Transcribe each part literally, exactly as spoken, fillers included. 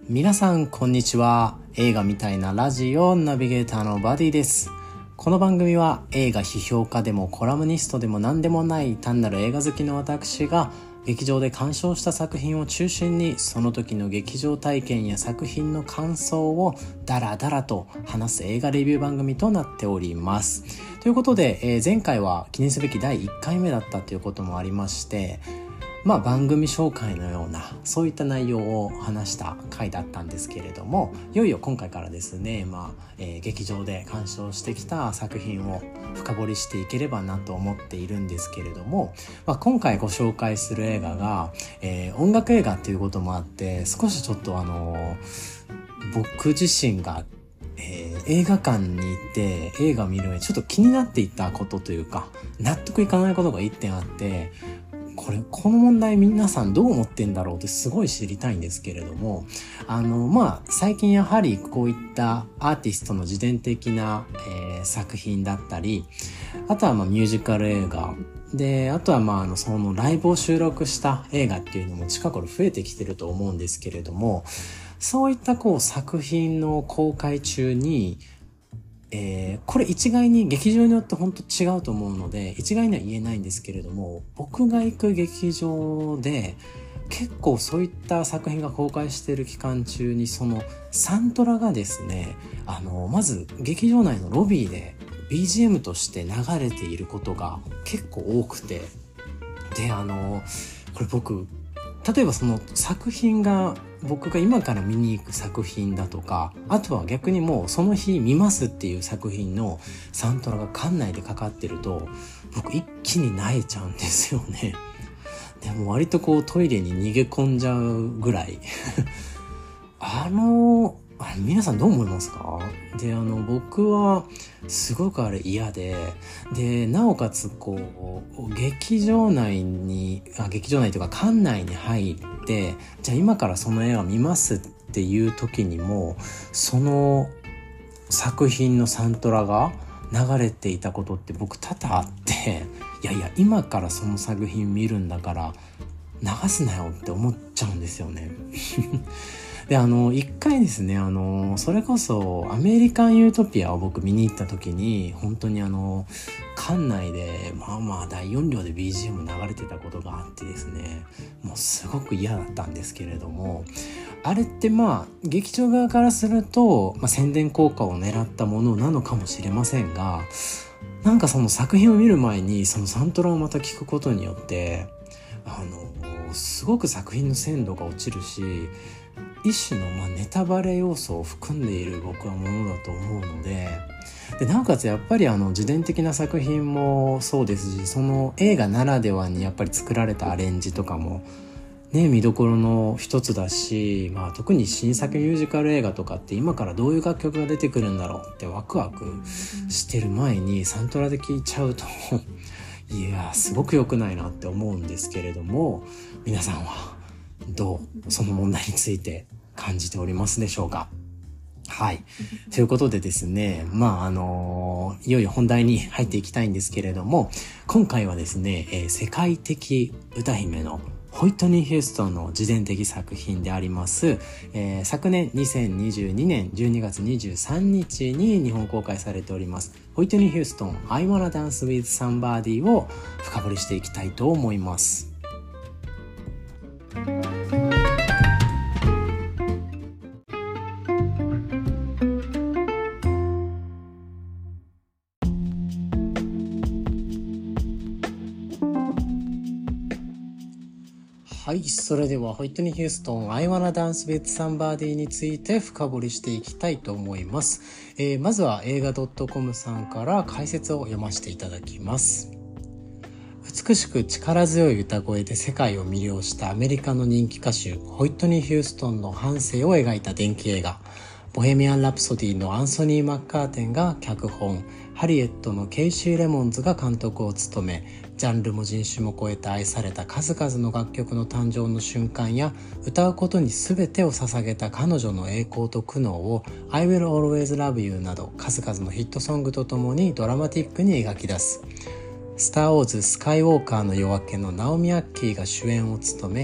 皆さんこんにちは。映画みたいなラジオナビゲーターのバディです。この番組は映画批評家でもコラムニストでも何でもない単なる映画好きの私が劇場で鑑賞した作品を中心にその時の劇場体験や作品の感想をダラダラと話す映画レビュー番組となっております。ということで、えー、前回は記念すべきだいいっかいめだったということもありましてまあ番組紹介のようなそういった内容を話した回だったんですけれども、いよいよ今回からですね、まあえー、劇場で鑑賞してきた作品を深掘りしていければなと思っているんですけれども、まあ、今回ご紹介する映画が、えー、音楽映画ということもあって少しちょっとあのー、僕自身がえー、映画館に行って映画を見る上でちょっと気になっていたことというか納得いかないことが一点あって、これこの問題皆さんどう思ってんだろうってすごい知りたいんですけれども、あのまあ最近やはりこういったアーティストの自伝的な、えー、作品だったり、あとはまあミュージカル映画で、あとはまああのそのライブを収録した映画っていうのも近頃増えてきてると思うんですけれども、そういったこう作品の公開中にえー、これ一概に劇場によって本当違うと思うので一概には言えないんですけれども、僕が行く劇場で結構そういった作品が公開している期間中にそのサントラがですね、あのまず劇場内のロビーで ビージーエム として流れていることが結構多くて、であのこれ僕例えばその作品が僕が今から見に行く作品だとか、あとは逆にもうその日見ますっていう作品のサントラが館内でかかってると僕一気に萎えちゃうんですよね。でも割とこうトイレに逃げ込んじゃうぐらいあのあれ皆さんどう思いますか？であの僕はすごくあれ嫌で、でなおかつこう劇場内にあ劇場内というか館内に入ってじゃあ今からその映画見ますっていう時にもその作品のサントラが流れていたことって僕多々あって、いやいや今からその作品見るんだから流すなよって思っちゃうんですよねであの一回ですね、あのそれこそアメリカンユートピアを僕見に行った時に本当にあの館内でまあまあ大音量で ビージーエム 流れてたことがあってですね、もうすごく嫌だったんですけれども、あれってまあ劇場側からすると、まあ、宣伝効果を狙ったものなのかもしれませんが、なんかその作品を見る前にそのサントラをまた聞くことによってあのすごく作品の鮮度が落ちるし、一種のまあネタバレ要素を含んでいる僕はものだと思うので、でなおかつやっぱりあの自伝的な作品もそうですし、その映画ならではにやっぱり作られたアレンジとかもね見どころの一つだし、まあ特に新作ミュージカル映画とかって今からどういう楽曲が出てくるんだろうってワクワクしてる前にサントラで聴いちゃうといやすごく良くないなって思うんですけれども、皆さんはどうその問題について感じておりますでしょうか？はい。ということでですね、まああのいよいよ本題に入っていきたいんですけれども、今回はですね、えー、世界的歌姫のホイットニー・ヒューストンの自伝的作品であります、えー、昨年にせんにじゅうにねんじゅうにがつにじゅうさんにちに日本公開されておりますホイットニー・ヒューストン I Wanna Dance with Somebody を深掘りしていきたいと思います。はい、それではホイットニー・ヒューストン I Wanna Dance with Somebody について深掘りしていきたいと思います。えー、まずは映画 .com さんから解説を読ませていただきます。美しく力強い歌声で世界を魅了したアメリカの人気歌手ホイットニー・ヒューストンの半生を描いた伝記映画ボヘミアン・ラプソディのアンソニー・マッカーテンが脚本、ハリエットのケイシー・レモンズが監督を務め、ジャンルも人種も超えて愛された数々の楽曲の誕生の瞬間や、歌うことに全てを捧げた彼女の栄光と苦悩を I Will Always Love You など数々のヒットソングとともにドラマティックに描き出す。スター・ウォーズ・スカイウォーカーの夜明けのナオミ・アッキーが主演を務め、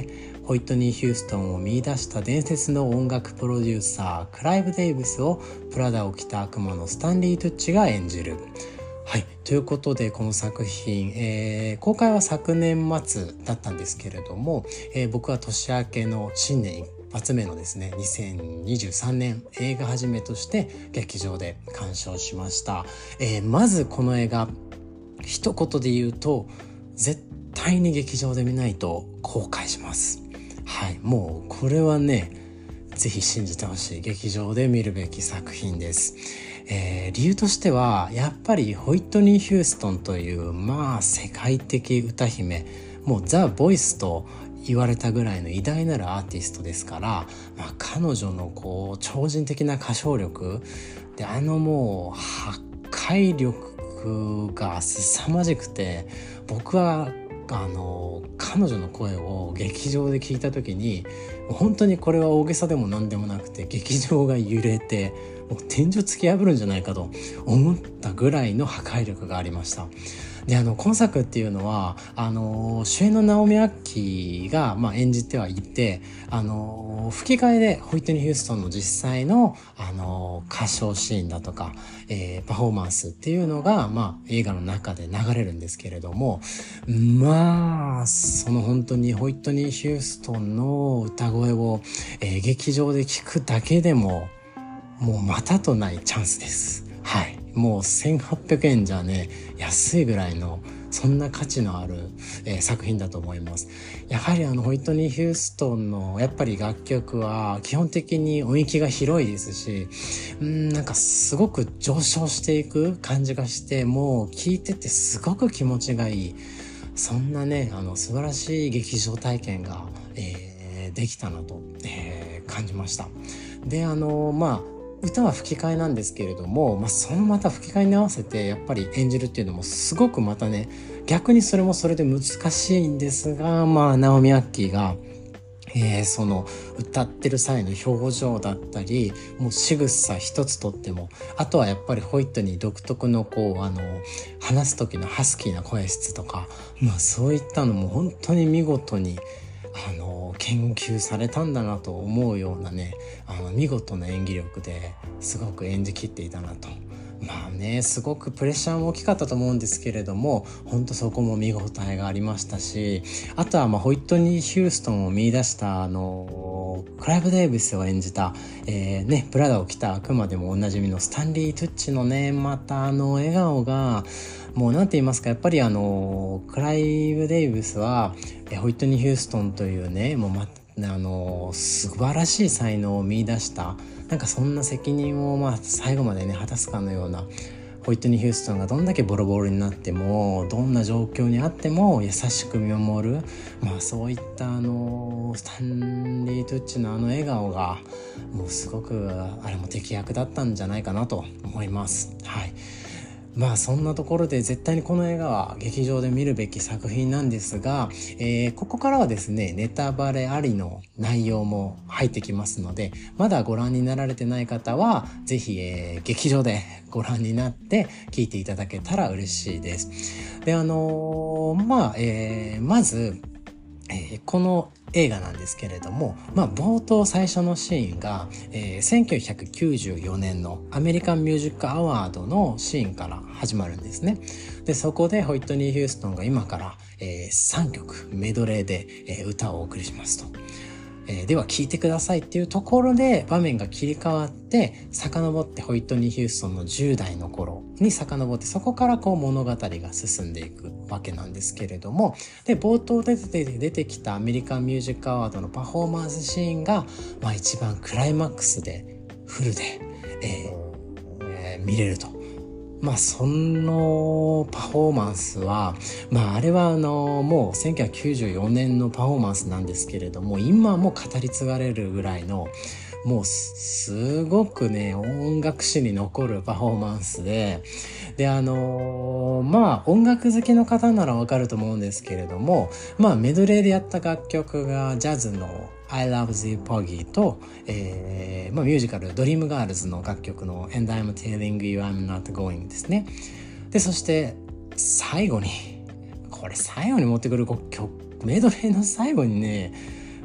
ホイットニー・ヒューストンを見出した伝説の音楽プロデューサークライブ・デイビスをプラダを着た悪魔のスタンリー・トゥッチが演じる。はい、ということでこの作品、えー、公開は昨年末だったんですけれども、えー、僕は年明けの新年一発目のですねにせんにじゅうさんねん映画始めとして劇場で鑑賞しました。えー、まずこの映画一言で言うと絶対に劇場で見ないと後悔します。はい、もうこれはねぜひ信じてほしい劇場で見るべき作品です。えー、理由としてはやっぱりホイットニー・ヒューストンというまあ世界的歌姫、もうザ・ボイスと言われたぐらいの偉大なるアーティストですから、まあ、彼女のこう超人的な歌唱力であのもう破壊力が凄まじくて、僕はあの彼女の声を劇場で聞いた時に本当にこれは大げさでも何でもなくて劇場が揺れてもう天井突き破るんじゃないかと思ったぐらいの破壊力がありました。であの今作っていうのはあの主演のナオミ・アッキーが、まあ、演じてはいて、あの吹き替えでホイットニー・ヒューストンの実際の、あの歌唱シーンだとか、えー、パフォーマンスっていうのが、まあ、映画の中で流れるんですけれども、まあその本当にホイットニー・ヒューストンの歌声を、えー、劇場で聞くだけでももうまたとないチャンスです。はい、もうせんはっぴゃくえんじゃね安いぐらいのそんな価値のある、えー、作品だと思います。やはりあのホイットニー・ヒューストンのやっぱり楽曲は基本的に音域が広いですし、うんなんかすごく上昇していく感じがして、もう聴いててすごく気持ちがいい、そんなねあの素晴らしい劇場体験が、えー、できたなと、えー、感じました。であのまあ歌は吹き替えなんですけれども、まあ、そのまた吹き替えに合わせてやっぱり演じるっていうのもすごくまたね逆にそれもそれで難しいんですが、まあナオミ・アッキーが、えー、その歌ってる際の表情だったりもう仕草一つとっても、あとはやっぱりホイットニー独特のこうあの話す時のハスキーな声質とか、まあ、そういったのも本当に見事にあの研究されたんだなと思うようなねあの見事な演技力ですごく演じきっていたなと。まあねすごくプレッシャーも大きかったと思うんですけれども、本当そこも見応えがありましたし、あとはまあホイットニー・ヒューストンを見出したあのクライブ・デイビスを演じた、えー、ねプラダを着た悪魔でもおなじみのスタンリー・トゥッチのねまたあの笑顔がもうなんて言いますか、やっぱりあのクライブ・デイビスはホイットニー・ヒューストンというねもうまあの素晴らしい才能を見出した、なんかそんな責任をまあ最後までね果たすかのような、ホイットニー・ヒューストンがどんだけボロボロになってもどんな状況にあっても優しく見守る、まあそういったあのスタンリー・トゥッチのあの笑顔がもうすごくあれも適役だったんじゃないかなと思います。はい、まあそんなところで絶対にこの映画は劇場で見るべき作品なんですが、えー、ここからはですねネタバレありの内容も入ってきますので、まだご覧になられてない方はぜひ、えー、劇場でご覧になって聞いていただけたら嬉しいです。であのー、まあ、えー、まず、えー、この映画なんですけれども、まあ冒頭最初のシーンが、えー、せんきゅうひゃくきゅうじゅうよねんのアメリカンミュージックアワードのシーンから始まるんですね。でそこでホイットニー・ヒューストンが今から、えー、さんきょくメドレーで、えー、歌をお送りしますと。えー、では聴いてくださいっていうところで場面が切り替わって遡ってホイットニー・ヒューストンのじゅう代の頃に遡って、そこからこう物語が進んでいくわけなんですけれども、で冒頭で出て、出てきたアメリカンミュージックアワードのパフォーマンスシーンが、まあ、一番クライマックスでフルで、えーえー、見れると。まあそのパフォーマンスはまああれはあのもうせんきゅうひゃくきゅうじゅうよねんのパフォーマンスなんですけれども、今も語り継がれるぐらいのもうすごくね音楽史に残るパフォーマンスで、であのー、まあ音楽好きの方ならわかると思うんですけれども、まあメドレーでやった楽曲がジャズのI Love the Poggy と、えーまあ、ミュージカルドリームガールズの楽曲の And I'm Telling You I'm Not Going ですね。でそして最後にこれ最後に持ってくる曲メドレーの最後にね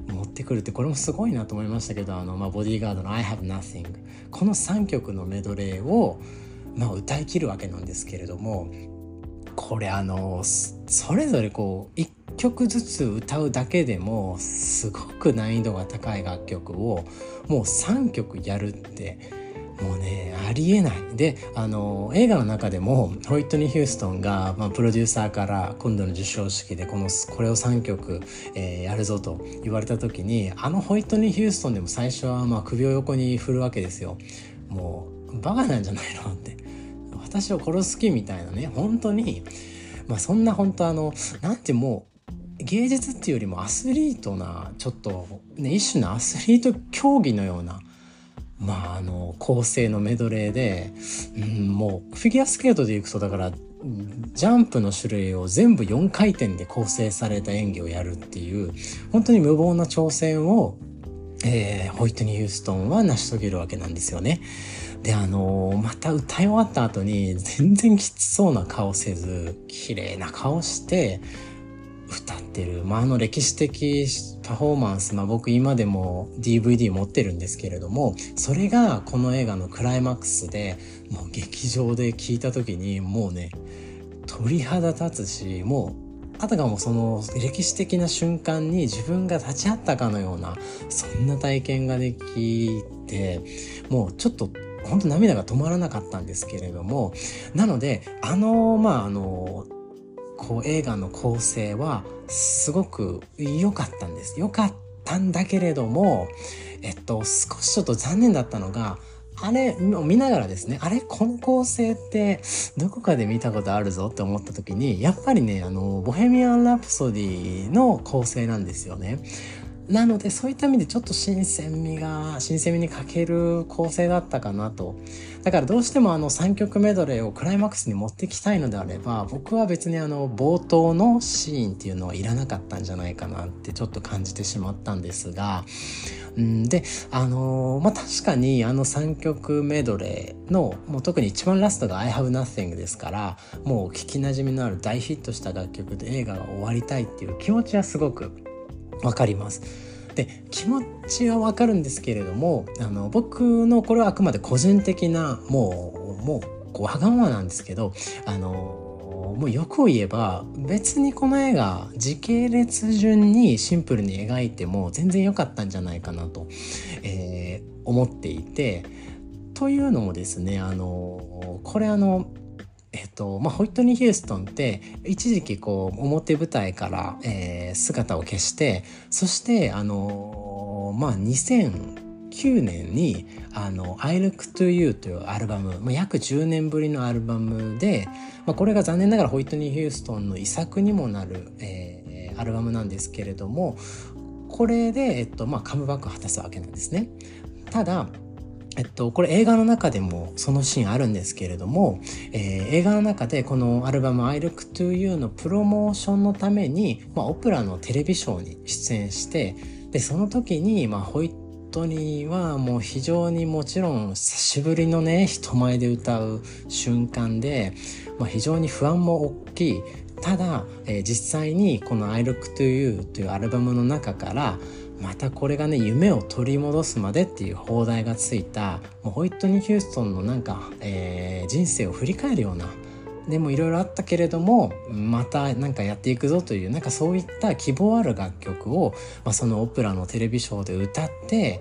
持ってくるって、これもすごいなと思いましたけど、あの、まあ、ボディーガードの I have nothing、 このさんきょくのメドレーを、まあ、歌い切るわけなんですけれども、これあのそれぞれこういっきょくずつ歌うだけでもすごく難易度が高い楽曲をもうさんきょくやるってもうねありえない。で、あの映画の中でもホイットニー・ヒューストンが、まあ、プロデューサーから今度の授賞式でこのこれをさんきょく、えー、やるぞと言われた時に、あのホイットニー・ヒューストンでも最初はまあ首を横に振るわけですよ。もうバカなんじゃないのって、私を殺す気みたいなね、本当にまあそんな本当あのなんてもう芸術っていうよりもアスリートなちょっとね一種のアスリート競技のようなまああの構成のメドレーで、うん、もうフィギュアスケートでいくとだからジャンプの種類を全部よんかいてんで構成された演技をやるっていう本当に無謀な挑戦を、えー、ホイットニー・ヒューストンは成し遂げるわけなんですよね。で、あのー、また歌い終わった後に全然きつそうな顔せず綺麗な顔して歌ってる、まあ、あの歴史的パフォーマンス、まあ、僕今でも ディーブイディー 持ってるんですけれども、それがこの映画のクライマックスでもう劇場で聴いた時にもうね鳥肌立つし、もうあたかもその歴史的な瞬間に自分が立ち会ったかのようなそんな体験ができて、もうちょっと本当涙が止まらなかったんですけれども、なのであのまああのこう映画の構成はすごく良かったんです。良かったんだけれども、えっと少しちょっと残念だったのが、あれ見ながらですね、あれこの構成ってどこかで見たことあるぞって思った時に、やっぱりねあのボヘミアン・ラプソディの構成なんですよね。なのでそういった意味でちょっと新鮮味が新鮮味に欠ける構成だったかなと。だからどうしてもあのさんきょくメドレーをクライマックスに持ってきたいのであれば、僕は別にあの冒頭のシーンっていうのはいらなかったんじゃないかなってちょっと感じてしまったんですが、うんであのー、まあ確かにあのさんきょくメドレーのもう特に一番ラストが I have nothing ですから、もう聞きなじみのある大ヒットした楽曲で映画が終わりたいっていう気持ちはすごくわかります。で、気持ちはわかるんですけれども、あの僕のこれはあくまで個人的なもうもうわがままなんですけど、あのもう欲を言えば別にこの映画時系列順にシンプルに描いても全然良かったんじゃないかなと、えー、思っていて、というのもですね、あのこれあのえっとまあ、ホイットニー・ヒューストンって一時期こう表舞台から、えー、姿を消して、そしてあのまあにせんきゅうねんにあの I Look to You というアルバム、まあ、約じゅうねんぶりのアルバムで、まあ、これが残念ながらホイットニー・ヒューストンの遺作にもなる、えー、アルバムなんですけれども、これで、えっとまあ、カムバックを果たすわけなんですね。ただえっと、これ映画の中でもそのシーンあるんですけれども、えー、映画の中でこのアルバム I Look to You のプロモーションのために、まあ、オプラのテレビショーに出演して、でその時に、まあ、ホイットニーはもう非常にもちろん久しぶりのね人前で歌う瞬間で、まあ、非常に不安も大きい。ただ、えー、実際にこの I Look to You というアルバムの中からまたこれがね夢を取り戻すまでっていう放題がついた、もうホイットニー・ヒューストンのなんか、えー、人生を振り返るような、でもいろいろあったけれどもまたなんかやっていくぞという、なんかそういった希望ある楽曲を、まあ、そのオペラのテレビショーで歌って、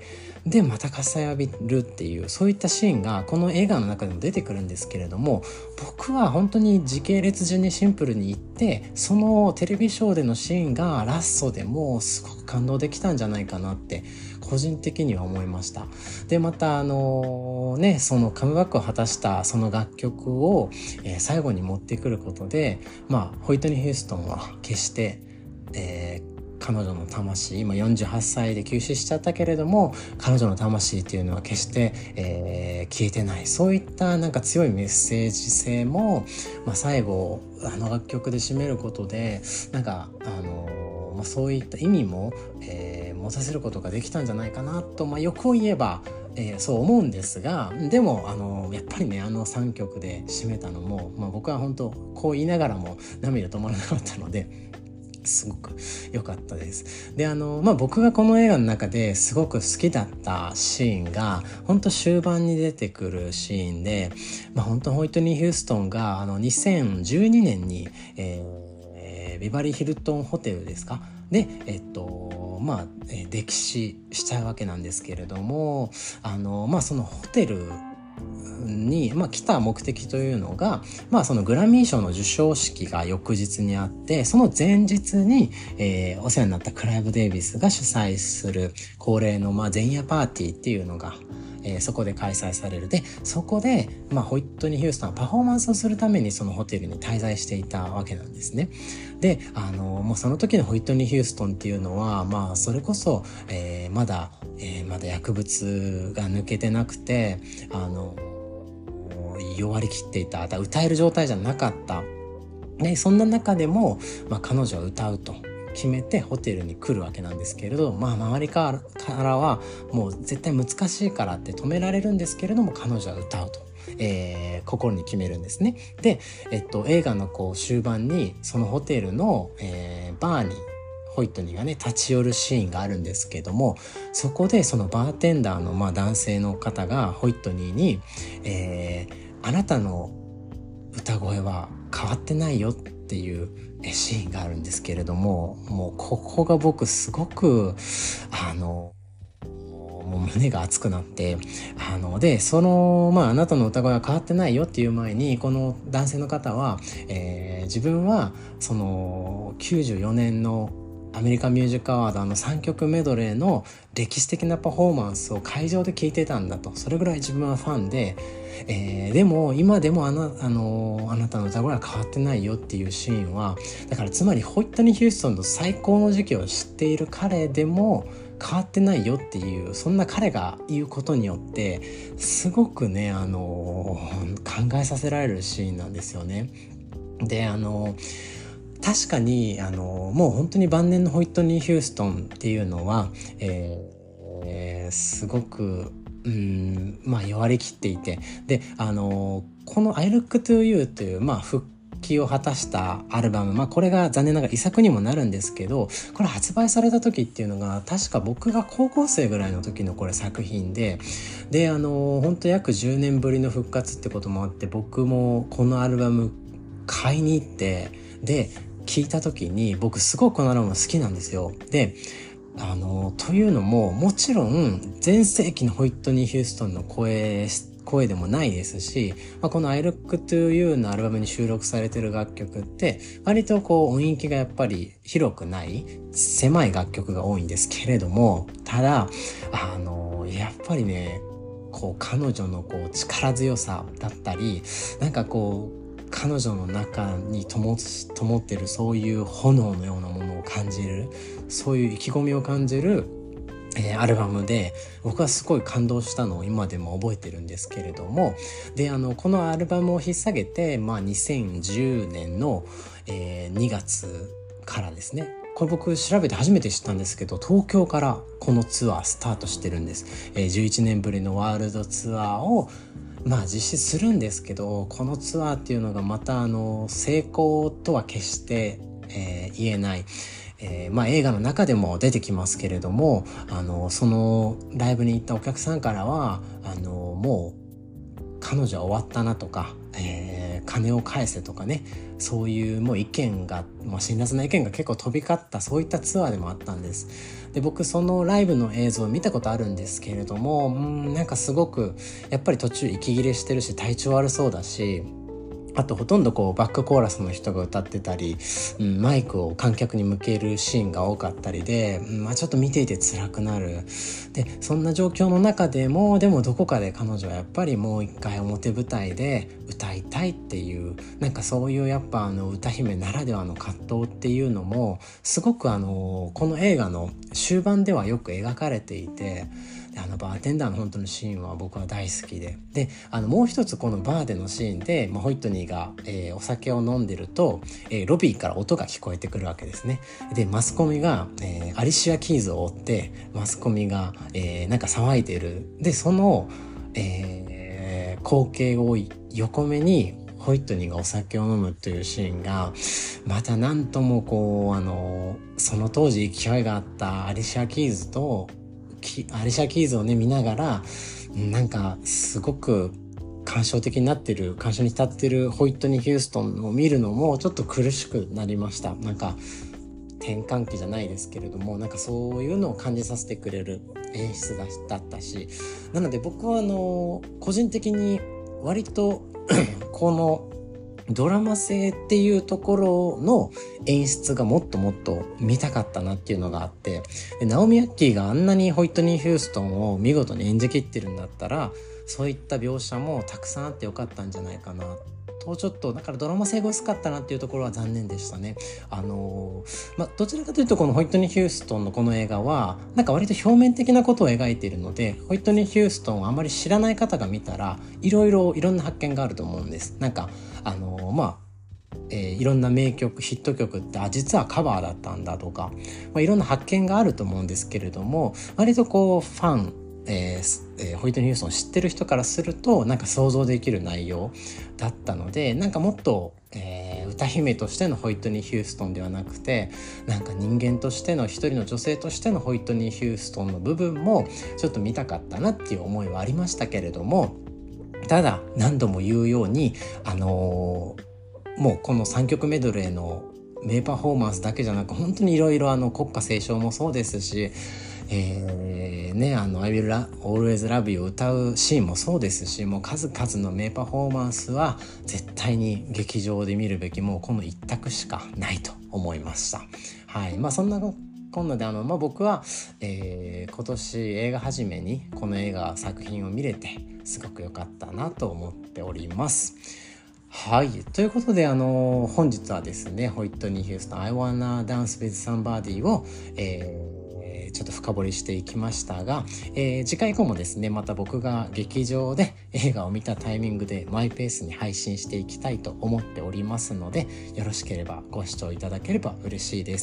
でまた傘浴びるっていう、そういったシーンがこの映画の中でも出てくるんですけれども、僕は本当に時系列順にシンプルに言って、そのテレビショーでのシーンがラストでもすごく感動できたんじゃないかなって個人的には思いました。でまたあのねそのカムバックを果たしたその楽曲を、えー、最後に持ってくることで、まあホイットニー・ヒューストンは決して、えー彼女の魂、今よんじゅうはっさいで急死しちゃったけれども彼女の魂っていうのは決して、えー、消えてない、そういったなんか強いメッセージ性も、まあ、最後あの楽曲で締めることでなんかあの、まあ、そういった意味も、えー、持たせることができたんじゃないかなと、まあ、欲を言えばえー、そう思うんですが、でもあのやっぱりねあのさんきょくで締めたのも、まあ、僕は本当こう言いながらも涙止まらなかったので、 すごく良かったです。であのまあ僕がこの映画の中ですごく好きだったシーンが本当終盤に出てくるシーンで、まあ本当ホイットニー・ヒューストンがあのにせんじゅうにねんに、えー、ビバリーヒルトンホテルですかでえっとまあ溺死しちゃうわけなんですけれども、あのまあそのホテルに、まあ、来た目的というのが、まあ、そのグラミー賞の授賞式が翌日にあって、その前日に、えー、お世話になったクライブ・デイビスが主催する恒例の、まあ、前夜パーティーっていうのが、えー、そこで開催される。で、そこで、まあ、ホイットニー・ヒューストンはパフォーマンスをするためにそのホテルに滞在していたわけなんですね。で、あの、もうその時のホイットニー・ヒューストンっていうのは、まあ、それこそ、えー、まだ、えー、まだ薬物が抜けてなくて、あの、弱りきっていた、歌える状態じゃなかった。で、そんな中でも、まあ、彼女は歌うと決めてホテルに来るわけなんですけれど、まあ、周りからはもう絶対難しいからって止められるんですけれども、彼女は歌うと、えー、心に決めるんですね。で、えっと、映画のこう終盤にそのホテルの、えー、バーにホイットニーがね立ち寄るシーンがあるんですけども、そこでそのバーテンダーのまあ男性の方がホイットニーに、えーあなたの歌声は変わってないよっていうシーンがあるんですけれども、もうここが僕すごくあのもう胸が熱くなって、あのでそのまああなたの歌声は変わってないよっていう前に、この男性の方は、えー、自分はそのきゅうじゅうよねんのアメリカミュージックアワードのさんきょくメドレーの歴史的なパフォーマンスを会場で聴いてたんだと。それぐらい自分はファンで、えー、でも今でもあな、あのー、あなたの歌声は変わってないよっていうシーンは、だからつまりホイットニー・ヒューストンの最高の時期を知っている彼でも変わってないよっていう、そんな彼が言うことによってすごくね、あのー、考えさせられるシーンなんですよね。で、あのー確かにあのもう本当に晩年のホイットニー・ヒューストンっていうのは、えーえー、すごくうんまあ弱りきっていて、であのこの I Look to You というまあ復帰を果たしたアルバム、まあこれが残念ながら遺作にもなるんですけど、これ発売された時っていうのが確か僕が高校生ぐらいの時のこれ作品で、であの本当約じゅうねんぶりの復活ってこともあって、僕もこのアルバム買いに行って、で聞いた時に僕すごくこのアルバム好きなんですよ。であのというのも、もちろん全盛期のホイットニー・ヒューストンの声声でもないですし、まあ、この I Look to You のアルバムに収録されてる楽曲って割とこう音域がやっぱり広くない狭い楽曲が多いんですけれども、ただあのやっぱりね、こう彼女のこう力強さだったり、なんかこう彼女の中に灯灯ってるそういう炎のようなものを感じる、そういう意気込みを感じる、えー、アルバムで、僕はすごい感動したのを今でも覚えてるんですけれども、であのこのアルバムを引っ提げて、まあ、にせんじゅうねんの、えー、にがつからですね、これ僕調べて初めて知ったんですけど、東京からこのツアースタートしてるんです。えー、じゅういちねんぶりのワールドツアーをまあ実施するんですけど、このツアーっていうのがまたあの成功とは決して、えー、言えない、えー、まあ映画の中でも出てきますけれども、あのそのライブに行ったお客さんからはあのもう彼女は終わったなとか、えー、金を返せとかね、そういうもう意見が、まあ、辛辣な意見が結構飛び交った、そういったツアーでもあったんです。で僕そのライブの映像を見たことあるんですけれども、うんなんかすごくやっぱり途中息切れしてるし、体調悪そうだし、あとほとんどこうバックコーラスの人が歌ってたり、うん、マイクを観客に向けるシーンが多かったりで、うんまあ、ちょっと見ていて辛くなる。でそんな状況の中でもでもどこかで彼女はやっぱりもう一回表舞台で歌いたいっていう、なんかそういうやっぱあの歌姫ならではの葛藤っていうのもすごくあのこの映画の終盤ではよく描かれていて、あのバーテンダーの本当のシーンは僕は大好きで、であのもう一つこのバーでのシーンで、まあ、ホイットニーが、えー、お酒を飲んでると、えー、ロビーから音が聞こえてくるわけですね。でマスコミが、えー、アリシア・キーズを追ってマスコミが、えー、なんか騒いでる。でその、えー、光景を横目にホイットニーがお酒を飲むというシーンがまたなんともこうあのその当時勢いがあったアリシャ・キーズとアリシャ・キーズをね見ながらなんかすごく感傷的になってる感傷に浸ってるホイットニー・ヒューストンを見るのもちょっと苦しくなりました。なんか転換期じゃないですけれども、なんかそういうのを感じさせてくれる演出だったし、なので僕はあの個人的に割とこのドラマ性っていうところの演出がもっともっと見たかったなっていうのがあって、でナオミ・アッキーがあんなにホイットニー・ヒューストンを見事に演じきってるんだったら、そういった描写もたくさんあってよかったんじゃないかなと、ちょっとだからドラマ性が薄かったなっていうところは残念でしたね。あのー、まあどちらかというとこのホイットニー・ヒューストンのこの映画はなんか割と表面的なことを描いているので、ホイットニー・ヒューストンをあまり知らない方が見たらいろいろいろんな発見があると思うんです。なんかあのー、まあえー、いろんな名曲ヒット曲ってあ実はカバーだったんだとか、まあ、いろんな発見があると思うんですけれども、割とこうファン、えーえー、ホイットニー・ヒューストンを知ってる人からするとなんか想像できる内容だったので、なんかもっと、えー、歌姫としてのホイットニー・ヒューストンではなくて、なんか人間としての一人の女性としてのホイットニー・ヒューストンの部分もちょっと見たかったなっていう思いはありましたけれども、ただ何度も言うようにあのーもうこのさんきょくメドレーの名パフォーマンスだけじゃなく、本当にいろいろあの国歌斉唱もそうですし、えー、ねあの I will always love you を歌うシーンもそうですし、もう数々の名パフォーマンスは絶対に劇場で見るべき、もうこの一択しかないと思いました。はい、まあそんなこんなであの、まあ、僕は、えー、今年映画始めにこの映画作品を見れてすごく良かったなと思っております。はい。ということで、あの、本日はですね、ホイットニー・ヒューストン I wanna dance with somebody を、えーちょっと深掘りしていきましたが、えー、次回以降もですね、また僕が劇場で映画を見たタイミングでマイペースに配信していきたいと思っておりますので、よろしければご視聴いただければ嬉しいです。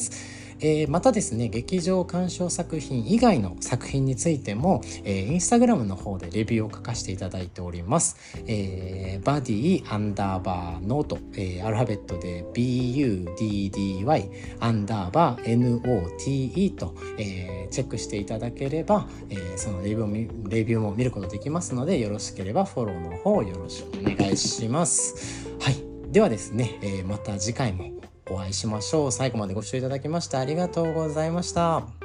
えー、またですね、劇場鑑賞作品以外の作品についても、えー、インスタグラムの方でレビューを書かせていただいております。えー、バディアンダーバーノート、えー、アルファベットで ビーユーディーディーワイ アンダーバー エヌオーティーイー と、えー、チェックしていただければ、えー、そのレビューもレビューも見ることできますので、よろしければフォローの方よろしくお願いします。はい。ではですね、えー、また次回もお会いしましょう。最後までご視聴いただきましてありがとうございました。